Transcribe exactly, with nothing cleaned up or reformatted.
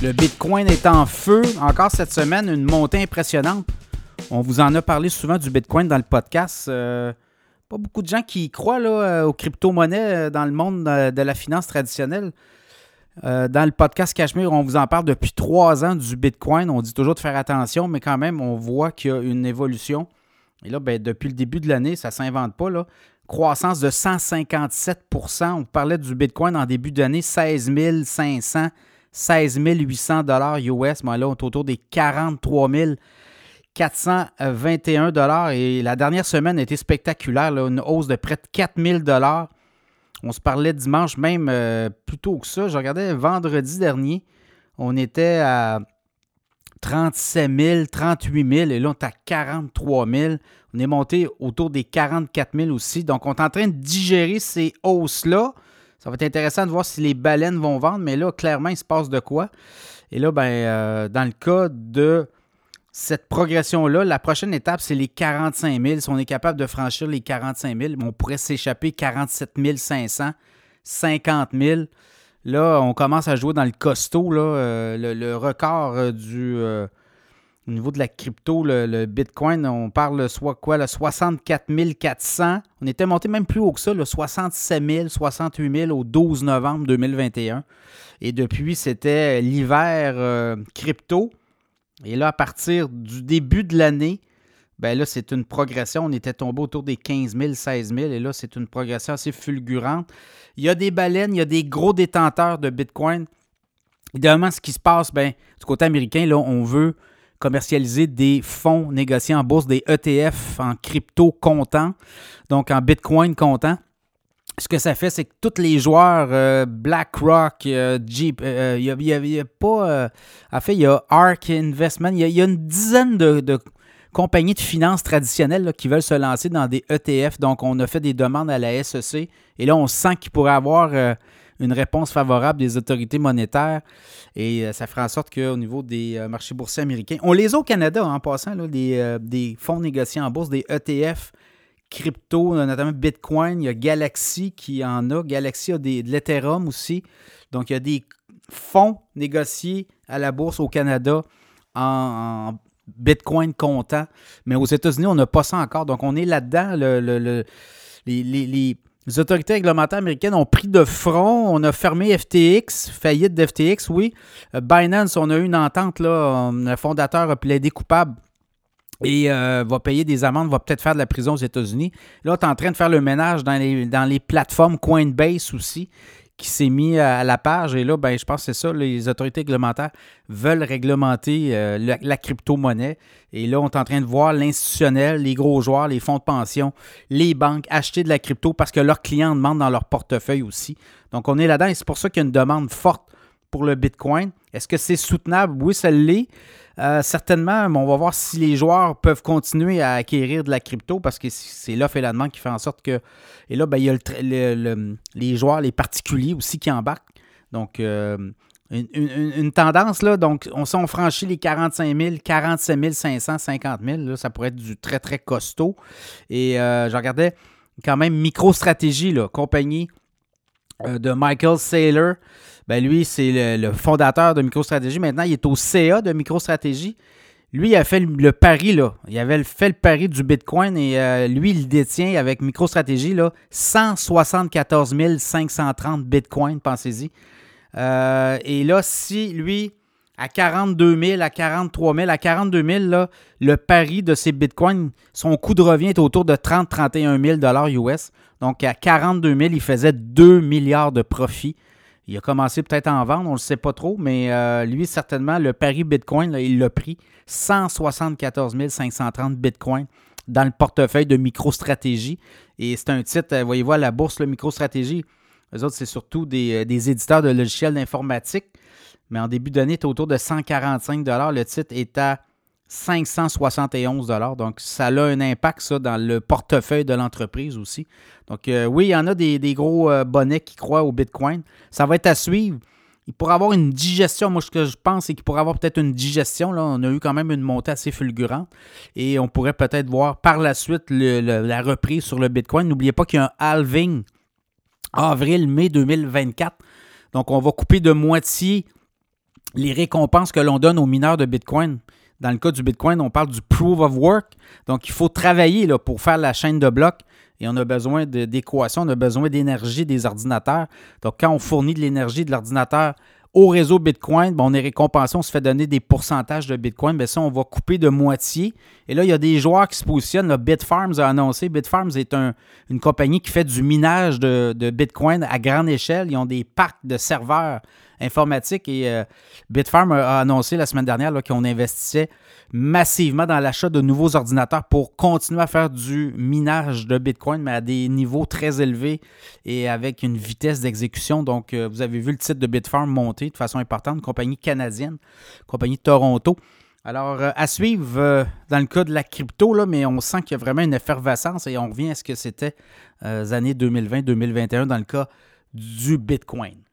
Le Bitcoin est en feu. Encore cette semaine, une montée impressionnante. On vous en a parlé souvent du Bitcoin dans le podcast. Euh, pas beaucoup de gens qui croient là, aux crypto-monnaies dans le monde de la finance traditionnelle. Euh, dans le podcast Cachemire, on vous en parle depuis trois ans du Bitcoin. On dit toujours de faire attention, mais quand même, on voit qu'il y a une évolution. Et là, ben, depuis le début de l'année, ça ne s'invente pas, là. Croissance de cent cinquante-sept pour cent. On parlait du Bitcoin en début d'année, seize mille cinq cents, seize mille huit cents dollars U S. Mais là, on est autour des quarante-trois mille quatre cent vingt et un dollars. Et la dernière semaine a été spectaculaire, là, une hausse de près de quatre mille dollars. On se parlait dimanche même euh, plus tôt que ça. Je regardais vendredi dernier, on était à trente-sept mille, trente-huit mille et là, on est à quarante-trois mille. On est monté autour des quarante-quatre mille aussi. Donc, on est en train de digérer ces hausses-là. Ça va être intéressant de voir si les baleines vont vendre, mais là, clairement, il se passe de quoi. Et là, ben, euh, dans le cas de cette progression-là, la prochaine étape, c'est les quarante-cinq mille. Si on est capable de franchir les quarante-cinq mille, on pourrait s'échapper quarante-sept mille cinq cents, cinquante mille. Là, on commence à jouer dans le costaud. Là, euh, le, le record euh, du euh, au niveau de la crypto, le, le Bitcoin, on parle soit quoi, le soixante-quatre mille quatre cents. On était monté même plus haut que ça, le soixante-sept mille, soixante-huit mille au douze novembre deux mille vingt et un. Et depuis, c'était l'hiver euh, crypto. Et là, à partir du début de l'année, ben là, c'est une progression. On était tombé autour des quinze mille, seize mille. Et là, c'est une progression assez fulgurante. Il y a des baleines, il y a des gros détenteurs de Bitcoin. Évidemment, ce qui se passe, ben, du côté américain, là, on veut commercialiser des fonds négociés en bourse, des E T F en crypto comptant, donc en Bitcoin comptant. Ce que ça fait, c'est que tous les joueurs, euh, BlackRock, euh, Jeep, euh, il y a, y a pas... Euh, en fait, il y a Ark Investment, il y, y a une dizaine de, de compagnies de finances traditionnelles là, qui veulent se lancer dans des E T F. Donc, on a fait des demandes à la S E C. Et là, on sent qu'il pourrait avoir euh, une réponse favorable des autorités monétaires. Et euh, ça fera en sorte qu'au niveau des euh, marchés boursiers américains, on les a au Canada, hein, en passant, là, des, euh, des fonds négociés en bourse, des E T F crypto, notamment Bitcoin. Il y a Galaxy qui en a. Galaxy a des, de l'Ethereum aussi. Donc, il y a des fonds négociés à la bourse au Canada en, en Bitcoin comptant. Mais aux États-Unis, on n'a pas ça encore. Donc, on est là-dedans. Le, le, le, les, les, les autorités réglementaires américaines ont pris de front. On a fermé F T X, faillite de F T X, oui. Binance, on a eu une entente. Là, le fondateur a plaidé coupable. Et euh, va payer des amendes, va peut-être faire de la prison aux États-Unis. Là, tu es en train de faire le ménage dans les, dans les plateformes Coinbase aussi, qui s'est mis à la page. Et là, ben, je pense que c'est ça, les autorités réglementaires veulent réglementer euh, la, la crypto-monnaie. Et là, on est en train de voir l'institutionnel, les gros joueurs, les fonds de pension, les banques acheter de la crypto parce que leurs clients demandent dans leur portefeuille aussi. Donc, on est là-dedans et c'est pour ça qu'il y a une demande forte pour le Bitcoin. Est-ce que c'est soutenable? Oui, ça l'est. Euh, certainement, mais on va voir si les joueurs peuvent continuer à acquérir de la crypto parce que c'est l'offre et la demande qui fait en sorte que... Et là, ben, il y a le, le, le, les joueurs, les particuliers aussi qui embarquent. Donc, euh, une, une, une tendance, là, donc, on, si on franchit les quarante-cinq mille, quarante-sept mille cinq cents, cinquante mille, là, ça pourrait être du très, très costaud. Et euh, je regardais quand même MicroStrategy, là, compagnie euh, de Michael Saylor. Ben lui, c'est le, le fondateur de MicroStrategy. Maintenant, il est au C A de MicroStrategy. Lui, il a fait le, le pari, là. Il avait fait le pari du Bitcoin et euh, lui, il détient avec MicroStrategy là, cent soixante-quatorze mille cinq cent trente Bitcoin, pensez-y. Euh, et là, si lui, à quarante-deux mille, à quarante-trois mille, à quarante-deux mille, là, le pari de ces Bitcoins, son coût de revient est autour de trente à trente et un mille dollars U S. Donc, à quarante-deux mille, il faisait deux milliards de profit. Il a commencé peut-être à en vendre, on ne le sait pas trop, mais euh, lui, certainement, le pari Bitcoin, là, il l'a pris cent soixante-quatorze mille cinq cent trente Bitcoin dans le portefeuille de MicroStrategy. Et c'est un titre, euh, voyez-vous, à la bourse, le MicroStrategy, eux autres, c'est surtout des, des éditeurs de logiciels d'informatique. Mais en début d'année, c'est autour de cent quarante-cinq dollars. Le titre est à cinq cent soixante et onze dollars. Donc, ça a un impact, ça, dans le portefeuille de l'entreprise aussi. Donc, euh, oui, il y en a des, des gros euh, bonnets qui croient au Bitcoin. Ça va être à suivre. Il pourrait avoir une digestion. Moi, ce que je pense, c'est qu'il pourrait avoir peut-être une digestion. Là, on a eu quand même une montée assez fulgurante. Et on pourrait peut-être voir par la suite le, le, la reprise sur le Bitcoin. N'oubliez pas qu'il y a un halving avril-mai deux mille vingt-quatre. Donc, on va couper de moitié les récompenses que l'on donne aux mineurs de Bitcoin. Dans le cas du Bitcoin, on parle du Proof of Work. Donc, il faut travailler là, pour faire la chaîne de blocs. Et on a besoin de, d'équations, on a besoin d'énergie des ordinateurs. Donc, quand on fournit de l'énergie de l'ordinateur au réseau Bitcoin, bien, on est récompensé, on se fait donner des pourcentages de Bitcoin. Bien, ça, on va couper de moitié. Et là, il y a des joueurs qui se positionnent. Là, Bitfarms a annoncé. Bitfarms est un, une compagnie qui fait du minage de, de Bitcoin à grande échelle. Ils ont des parcs de serveurs informatiques et euh, Bitfarms a annoncé la semaine dernière là, qu'on investissait massivement dans l'achat de nouveaux ordinateurs pour continuer à faire du minage de Bitcoin, mais à des niveaux très élevés et avec une vitesse d'exécution. Donc, euh, vous avez vu le titre de Bitfarms monter de façon importante, une compagnie canadienne, compagnie de Toronto. Alors, euh, à suivre euh, dans le cas de la crypto, là, mais on sent qu'il y a vraiment une effervescence et on revient à ce que c'était euh, les années deux mille vingt deux mille vingt et un dans le cas du Bitcoin.